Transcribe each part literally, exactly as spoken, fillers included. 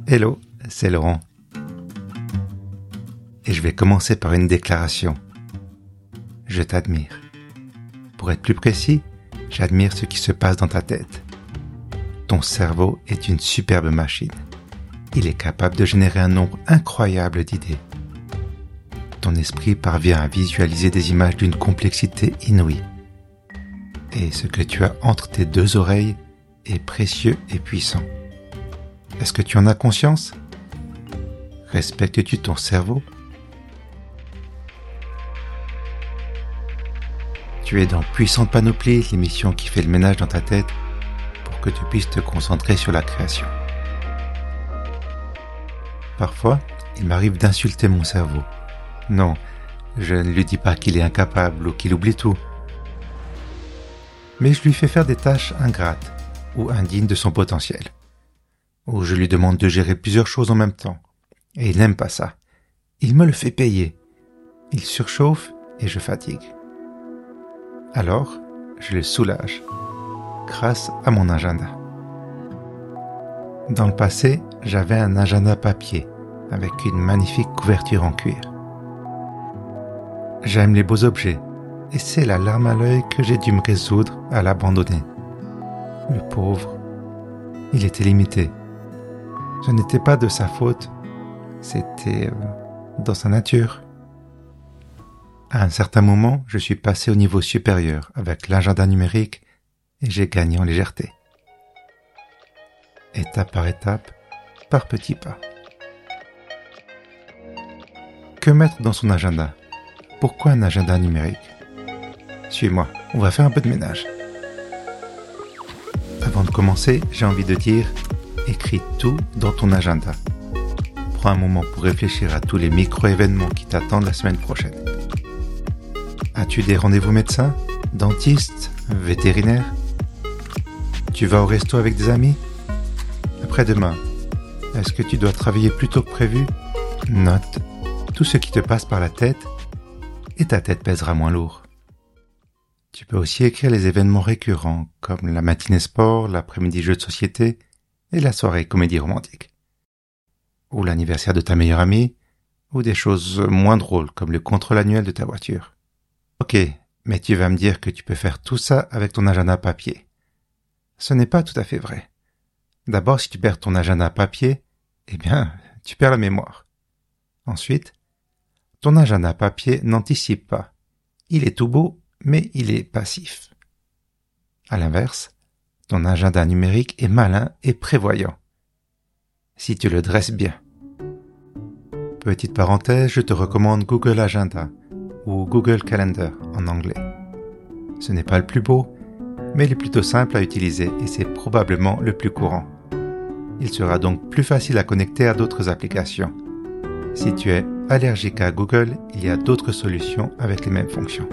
Hello, c'est Laurent. Et je vais commencer par une déclaration. Je t'admire. Pour être plus précis, j'admire ce qui se passe dans ta tête. Ton cerveau est une superbe machine. Il est capable de générer un nombre incroyable d'idées. Ton esprit parvient à visualiser des images d'une complexité inouïe. Et ce que tu as entre tes deux oreilles est précieux et puissant. Est-ce que tu en as conscience ? Respectes-tu ton cerveau ? Tu es dans Puissante Panoplie, l'émission qui fait le ménage dans ta tête pour que tu puisses te concentrer sur la création. Parfois, il m'arrive d'insulter mon cerveau. Non, je ne lui dis pas qu'il est incapable ou qu'il oublie tout. Mais je lui fais faire des tâches ingrates ou indignes de son potentiel. Ou je lui demande de gérer plusieurs choses en même temps. Et il n'aime pas ça. Il me le fait payer. Il surchauffe et je fatigue. Alors, je le soulage, grâce à mon agenda. Dans le passé, j'avais un agenda papier, avec une magnifique couverture en cuir. J'aime les beaux objets, et c'est la larme à l'œil que j'ai dû me résoudre à l'abandonner. Le pauvre, il était limité. Ce n'était pas de sa faute, c'était euh, dans sa nature. À un certain moment, je suis passé au niveau supérieur avec l'agenda numérique et j'ai gagné en légèreté. Étape par étape, par petits pas. Que mettre dans son agenda ? Pourquoi un agenda numérique ? Suis-moi, on va faire un peu de ménage. Avant de commencer, j'ai envie de dire, écris tout dans ton agenda. Prends un moment pour réfléchir à tous les micro-événements qui t'attendent la semaine prochaine. As-tu des rendez-vous médecins, dentistes, vétérinaires ? Tu vas au resto avec des amis ? Après-demain, est-ce que tu dois travailler plus tôt que prévu ? Note tout ce qui te passe par la tête et ta tête pèsera moins lourd. Tu peux aussi écrire les événements récurrents comme la matinée sport, l'après-midi jeu de société et la soirée comédie romantique. Ou l'anniversaire de ta meilleure amie, ou des choses moins drôles comme le contrôle annuel de ta voiture. Ok, mais tu vas me dire que tu peux faire tout ça avec ton agenda papier. Ce n'est pas tout à fait vrai. D'abord, si tu perds ton agenda papier, eh bien, tu perds la mémoire. Ensuite, ton agenda papier n'anticipe pas. Il est tout beau, mais il est passif. À l'inverse, ton agenda numérique est malin et prévoyant. Si tu le dresses bien. Petite parenthèse, je te recommande Google Agenda ou Google Calendar en anglais. Ce n'est pas le plus beau, mais il est plutôt simple à utiliser et c'est probablement le plus courant. Il sera donc plus facile à connecter à d'autres applications. Si tu es allergique à Google, il y a d'autres solutions avec les mêmes fonctions.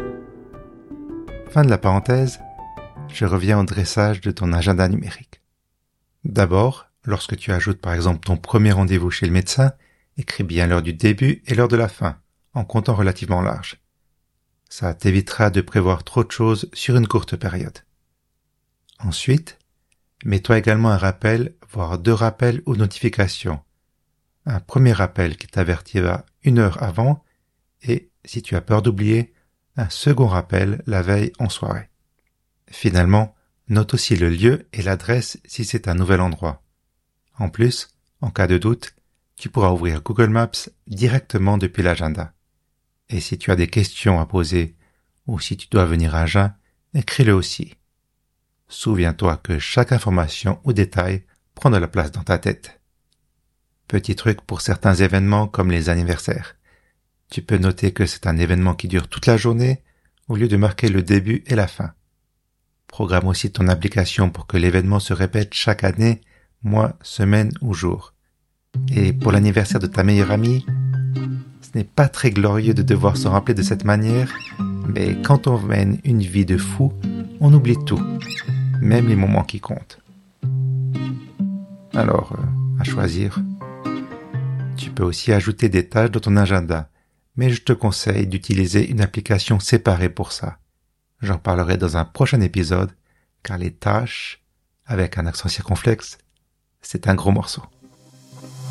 Fin de la parenthèse, je reviens au dressage de ton agenda numérique. D'abord, lorsque tu ajoutes par exemple ton premier rendez-vous chez le médecin, écris bien l'heure du début et l'heure de la fin, en comptant relativement large. Ça t'évitera de prévoir trop de choses sur une courte période. Ensuite, mets-toi également un rappel, voire deux rappels ou notifications. Un premier rappel qui t'avertira une heure avant et, si tu as peur d'oublier, un second rappel la veille en soirée. Finalement, note aussi le lieu et l'adresse si c'est un nouvel endroit. En plus, en cas de doute, tu pourras ouvrir Google Maps directement depuis l'agenda. Et si tu as des questions à poser ou si tu dois venir à jeun, écris-le aussi. Souviens-toi que chaque information ou détail prend de la place dans ta tête. Petit truc pour certains événements comme les anniversaires. Tu peux noter que c'est un événement qui dure toute la journée au lieu de marquer le début et la fin. Programme aussi ton application pour que l'événement se répète chaque année, mois, semaine ou jour. Et pour l'anniversaire de ta meilleure amie, ce n'est pas très glorieux de devoir se rappeler de cette manière, mais quand on mène une vie de fou, on oublie tout, même les moments qui comptent. Alors, euh, à choisir. Tu peux aussi ajouter des tâches dans ton agenda, mais je te conseille d'utiliser une application séparée pour ça. J'en parlerai dans un prochain épisode, car les tâches, avec un accent circonflexe, c'est un gros morceau.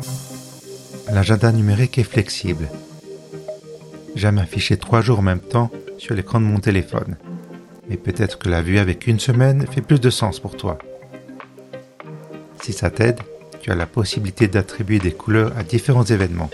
L'agenda numérique est flexible. J'aime afficher trois jours en même temps sur l'écran de mon téléphone. Mais peut-être que la vue avec une semaine fait plus de sens pour toi. Si ça t'aide, tu as la possibilité d'attribuer des couleurs à différents événements.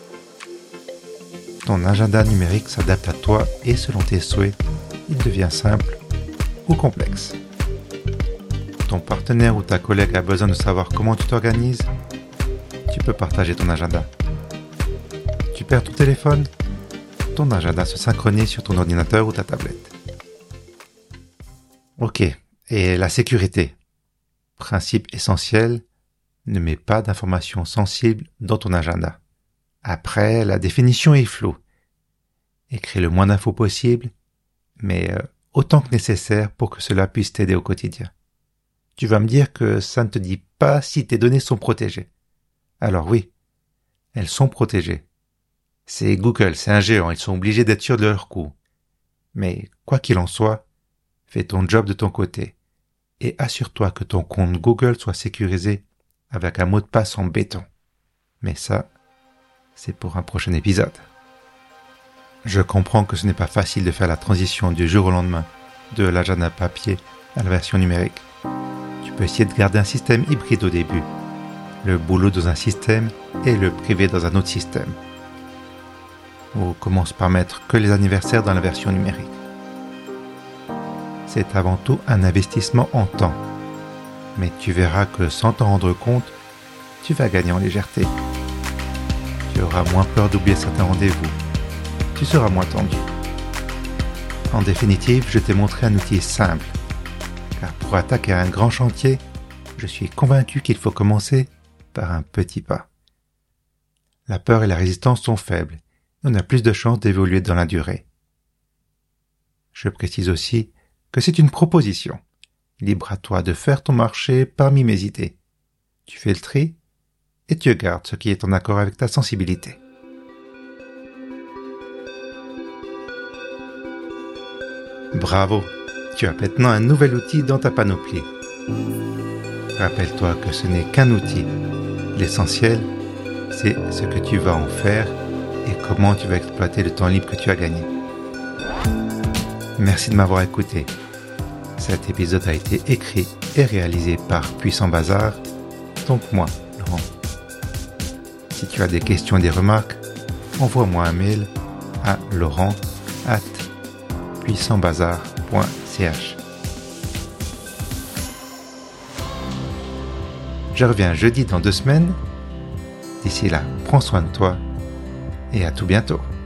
Ton agenda numérique s'adapte à toi et selon tes souhaits, il devient simple ou complexe. Ton partenaire ou ta collègue a besoin de savoir comment tu t'organises, tu peux partager ton agenda. Tu perds ton téléphone, ton agenda se synchronise sur ton ordinateur ou ta tablette. Ok, et la sécurité. Principe essentiel, ne mets pas d'informations sensibles dans ton agenda. Après, la définition est floue. Écris le moins d'infos possible, mais euh, autant que nécessaire pour que cela puisse t'aider au quotidien. Tu vas me dire que ça ne te dit pas si tes données sont protégées. Alors oui, elles sont protégées. C'est Google, c'est un géant, ils sont obligés d'être sûrs de leur coup. Mais quoi qu'il en soit, fais ton job de ton côté et assure-toi que ton compte Google soit sécurisé avec un mot de passe en béton. Mais ça, c'est pour un prochain épisode. Je comprends que ce n'est pas facile de faire la transition du jour au lendemain de l'agenda papier à la version numérique. Tu peux essayer de garder un système hybride au début, le boulot dans un système et le privé dans un autre système. Ou commence par mettre que les anniversaires dans la version numérique. C'est avant tout un investissement en temps. Mais tu verras que sans t'en rendre compte, tu vas gagner en légèreté. Tu auras moins peur d'oublier certains rendez-vous. Tu seras moins tendu. En définitive, je t'ai montré un outil simple. Car pour attaquer un grand chantier, je suis convaincu qu'il faut commencer par un petit pas. La peur et la résistance sont faibles. On a plus de chances d'évoluer dans la durée. Je précise aussi que c'est une proposition. Libre à toi de faire ton marché parmi mes idées. Tu fais le tri et tu gardes ce qui est en accord avec ta sensibilité. Bravo, tu as maintenant un nouvel outil dans ta panoplie. Rappelle-toi que ce n'est qu'un outil. L'essentiel, c'est ce que tu vas en faire et comment tu vas exploiter le temps libre que tu as gagné. Merci de m'avoir écouté. Cet épisode a été écrit et réalisé par Puissant Bazar, donc moi, Laurent. Si tu as des questions et des remarques, envoie-moi un mail à laurent arobase puissant bazar point c h. Je reviens jeudi dans deux semaines. D'ici là, prends soin de toi et à tout bientôt.